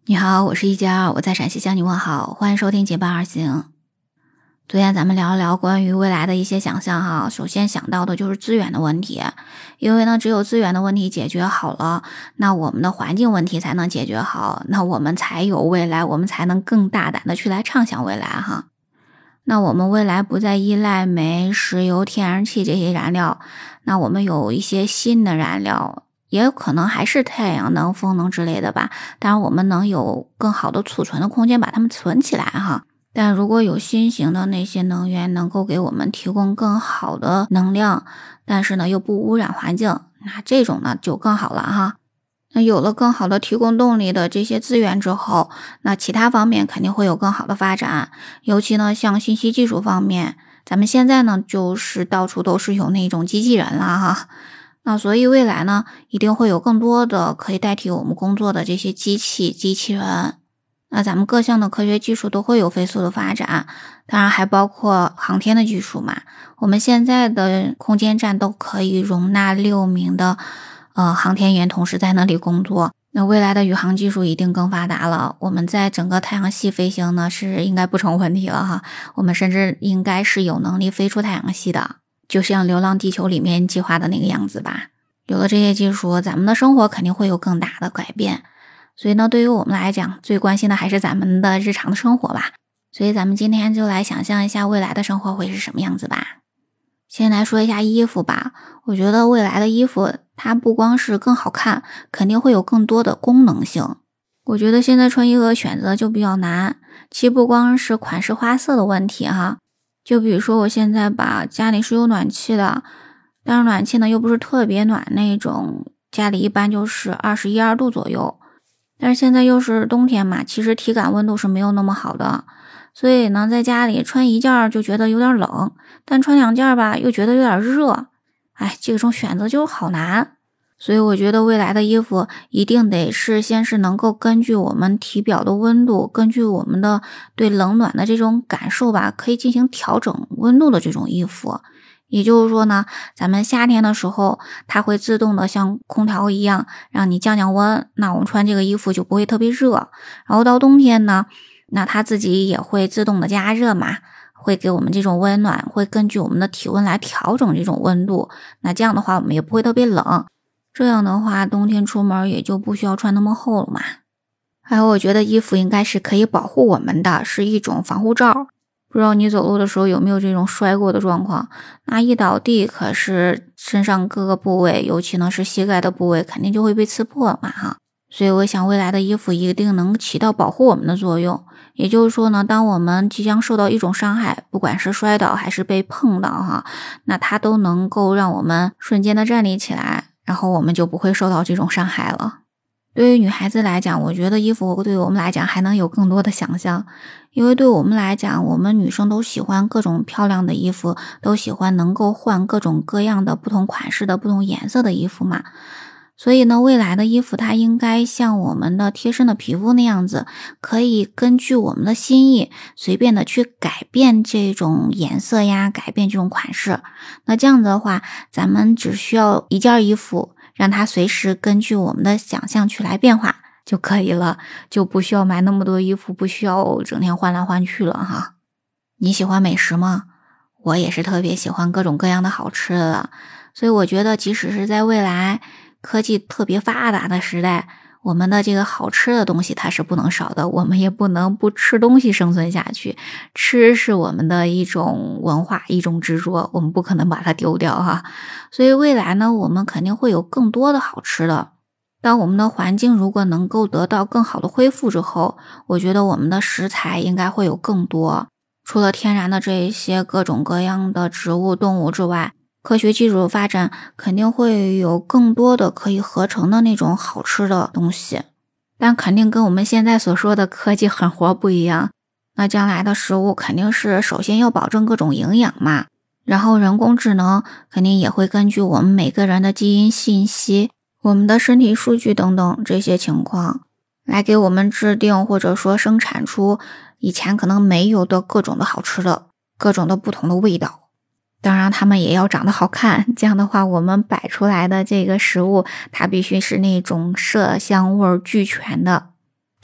你好，我是一加，我在陕西向你问好，欢迎收听结伴而行。昨天咱们聊一聊关于未来的一些想象哈，首先想到的就是资源的问题，因为呢，只有资源的问题解决好了，那我们的环境问题才能解决好，那我们才有未来，我们才能更大胆的去来畅想未来哈。那我们未来不再依赖煤、石油、天然气这些燃料，那我们有一些新的燃料，也有可能还是太阳能、风能之类的吧。当然，我们能有更好的储存的空间，把它们存起来哈。但如果有新型的那些能源能够给我们提供更好的能量，但是呢又不污染环境，那这种呢就更好了哈。那有了更好的提供动力的这些资源之后，那其他方面肯定会有更好的发展，尤其呢像信息技术方面，咱们现在呢就是到处都是有那种机器人了哈。那所以未来呢一定会有更多的可以代替我们工作的这些机器人。那咱们各项的科学技术都会有飞速的发展，当然还包括航天的技术嘛。我们现在的空间站都可以容纳6名的航天员同时在那里工作。那未来的宇航技术一定更发达了，我们在整个太阳系飞行呢是应该不成问题了哈。我们甚至应该是有能力飞出太阳系的，就像《流浪地球》里面计划的那个样子吧。有了这些技术，咱们的生活肯定会有更大的改变。所以呢，对于我们来讲，最关心的还是咱们的日常的生活吧。所以咱们今天就来想象一下未来的生活会是什么样子吧。先来说一下衣服吧，我觉得未来的衣服它不光是更好看，肯定会有更多的功能性。我觉得现在穿衣服选择就比较难，其实不光是款式花色的问题哈，就比如说我现在吧，家里是有暖气的，但是暖气呢又不是特别暖那种，家里一般就是21、22度左右。但是现在又是冬天嘛，其实体感温度是没有那么好的，所以呢，在家里穿一件就觉得有点冷，但穿2件吧又觉得有点热，这种选择就好难。所以我觉得未来的衣服一定得是先是能够根据我们体表的温度，根据我们的对冷暖的这种感受吧，可以进行调整温度的这种衣服。也就是说呢，咱们夏天的时候，它会自动的像空调一样让你降降温，那我们穿这个衣服就不会特别热。然后到冬天呢，那它自己也会自动的加热嘛，会给我们这种温暖，会根据我们的体温来调整这种温度。那这样的话，我们也不会特别冷。这样的话，冬天出门也就不需要穿那么厚了嘛。还有，我觉得衣服应该是可以保护我们的，是一种防护罩。不知道你走路的时候有没有这种摔过的状况，那一倒地可是身上各个部位，尤其呢是膝盖的部位肯定就会被刺破嘛哈。所以我想未来的衣服一定能起到保护我们的作用。也就是说呢，当我们即将受到一种伤害，不管是摔倒还是被碰到哈，那它都能够让我们瞬间的站立起来，然后我们就不会受到这种伤害了。对于女孩子来讲，我觉得衣服对于我们来讲还能有更多的想象，因为对我们来讲，我们女生都喜欢各种漂亮的衣服，都喜欢能够换各种各样的不同款式的不同颜色的衣服嘛。所以呢，未来的衣服它应该像我们的贴身的皮肤那样子，可以根据我们的心意随便的去改变这种颜色呀，改变这种款式。那这样子的话，咱们只需要一件衣服，让它随时根据我们的想象去来变化就可以了，就不需要买那么多衣服，不需要整天换来换去了哈。你喜欢美食吗？我也是特别喜欢各种各样的好吃的，所以我觉得即使是在未来科技特别发达的时代，我们的这个好吃的东西它是不能少的，我们也不能不吃东西生存下去，吃是我们的一种文化，一种执着，我们不可能把它丢掉哈。所以未来呢，我们肯定会有更多的好吃的。当我们的环境如果能够得到更好的恢复之后，我觉得我们的食材应该会有更多。除了天然的这一些各种各样的植物、动物之外，科学技术发展肯定会有更多的可以合成的那种好吃的东西，但肯定跟我们现在所说的科技狠活不一样。那将来的食物肯定是首先要保证各种营养嘛，然后人工智能肯定也会根据我们每个人的基因信息、我们的身体数据等等这些情况，来给我们制定或者说生产出以前可能没有的各种的好吃的，各种的不同的味道。当然它们也要长得好看，这样的话我们摆出来的这个食物它必须是那种色香味俱全的，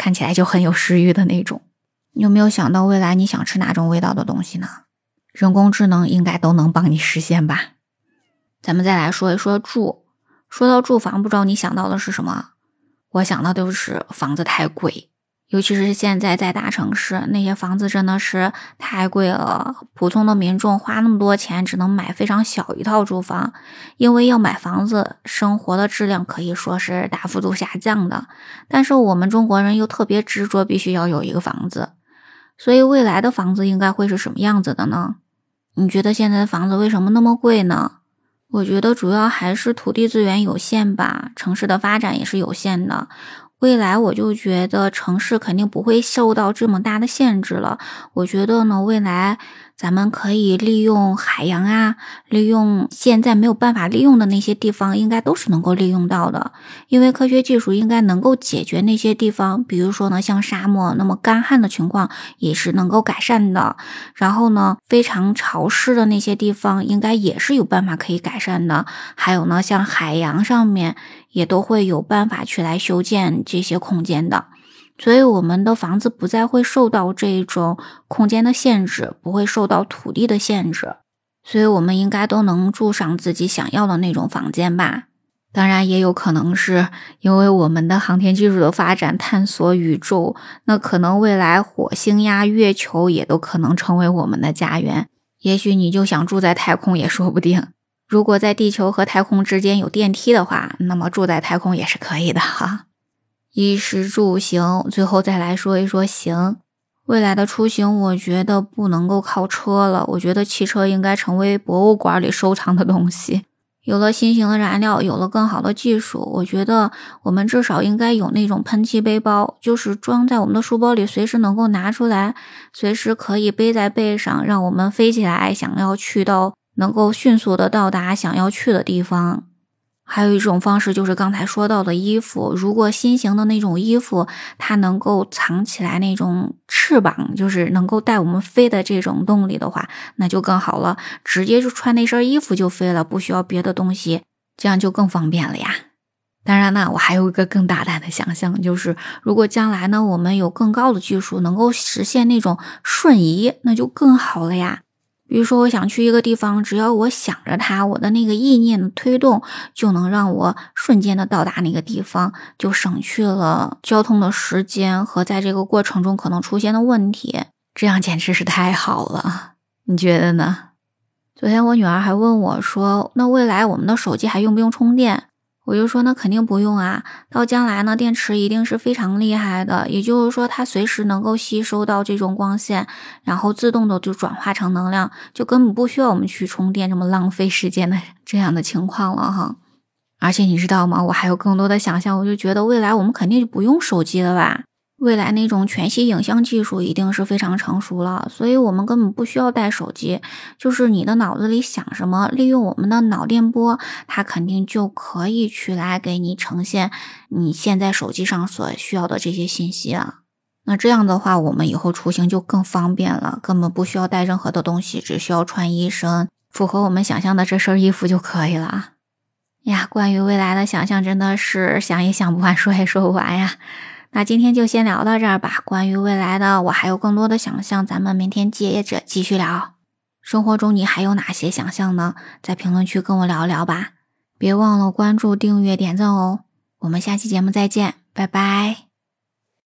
看起来就很有食欲的那种。你有没有想到未来你想吃哪种味道的东西呢？人工智能应该都能帮你实现吧。咱们再来说一说住。说到住房，不知道你想到的是什么？我想到的就是房子太贵，尤其是现在在大城市，那些房子真的是太贵了，普通的民众花那么多钱只能买非常小一套住房，因为要买房子，生活的质量可以说是大幅度下降的，但是我们中国人又特别执着必须要有一个房子，所以未来的房子应该会是什么样子的呢？你觉得现在的房子为什么那么贵呢？我觉得主要还是土地资源有限吧，城市的发展也是有限的。未来我就觉得城市肯定不会受到这么大的限制了。我觉得呢，未来咱们可以利用海洋啊，利用现在没有办法利用的那些地方，应该都是能够利用到的。因为科学技术应该能够解决那些地方，比如说呢，像沙漠那么干旱的情况也是能够改善的。然后呢，非常潮湿的那些地方应该也是有办法可以改善的。还有呢，像海洋上面也都会有办法去来修建这些空间的。所以我们的房子不再会受到这种空间的限制，不会受到土地的限制，所以我们应该都能住上自己想要的那种房间吧。当然也有可能是因为我们的航天技术的发展，探索宇宙，那可能未来火星呀、月球也都可能成为我们的家园。也许你就想住在太空也说不定。如果在地球和太空之间有电梯的话，那么住在太空也是可以的哈。衣食住行，最后再来说一说行。未来的出行我觉得不能够靠车了，我觉得汽车应该成为博物馆里收藏的东西。有了新型的燃料，有了更好的技术，我觉得我们至少应该有那种喷气背包，就是装在我们的书包里，随时能够拿出来，随时可以背在背上，让我们飞起来，想要去到能够迅速的到达想要去的地方。还有一种方式就是刚才说到的衣服，如果新型的那种衣服它能够藏起来那种翅膀，就是能够带我们飞的这种动力的话，那就更好了，直接就穿那身衣服就飞了，不需要别的东西，这样就更方便了呀。当然呢，我还有一个更大胆的想象，就是如果将来呢我们有更高的技术能够实现那种瞬移，那就更好了呀。比如说我想去一个地方，只要我想着它，我的那个意念的推动就能让我瞬间的到达那个地方，就省去了交通的时间和在这个过程中可能出现的问题，这样简直是太好了，你觉得呢？昨天我女儿还问我说，那未来我们的手机还用不用充电？我就说那肯定不用啊，到将来呢电池一定是非常厉害的，也就是说它随时能够吸收到这种光线，然后自动的就转化成能量，就根本不需要我们去充电这么浪费时间的这样的情况了哈。而且你知道吗，我还有更多的想象，我就觉得未来我们肯定就不用手机了吧。未来那种全息影像技术一定是非常成熟了，所以我们根本不需要带手机，就是你的脑子里想什么，利用我们的脑电波，它肯定就可以去来给你呈现你现在手机上所需要的这些信息了。那这样的话，我们以后出行就更方便了，根本不需要带任何的东西，只需要穿一身符合我们想象的这身衣服就可以了。呀，关于未来的想象真的是想也想不完，说也说不完呀。那今天就先聊到这儿吧，关于未来的我还有更多的想象，咱们明天接着继续聊。生活中你还有哪些想象呢？在评论区跟我聊聊吧。别忘了关注、订阅、点赞哦。我们下期节目再见，拜拜。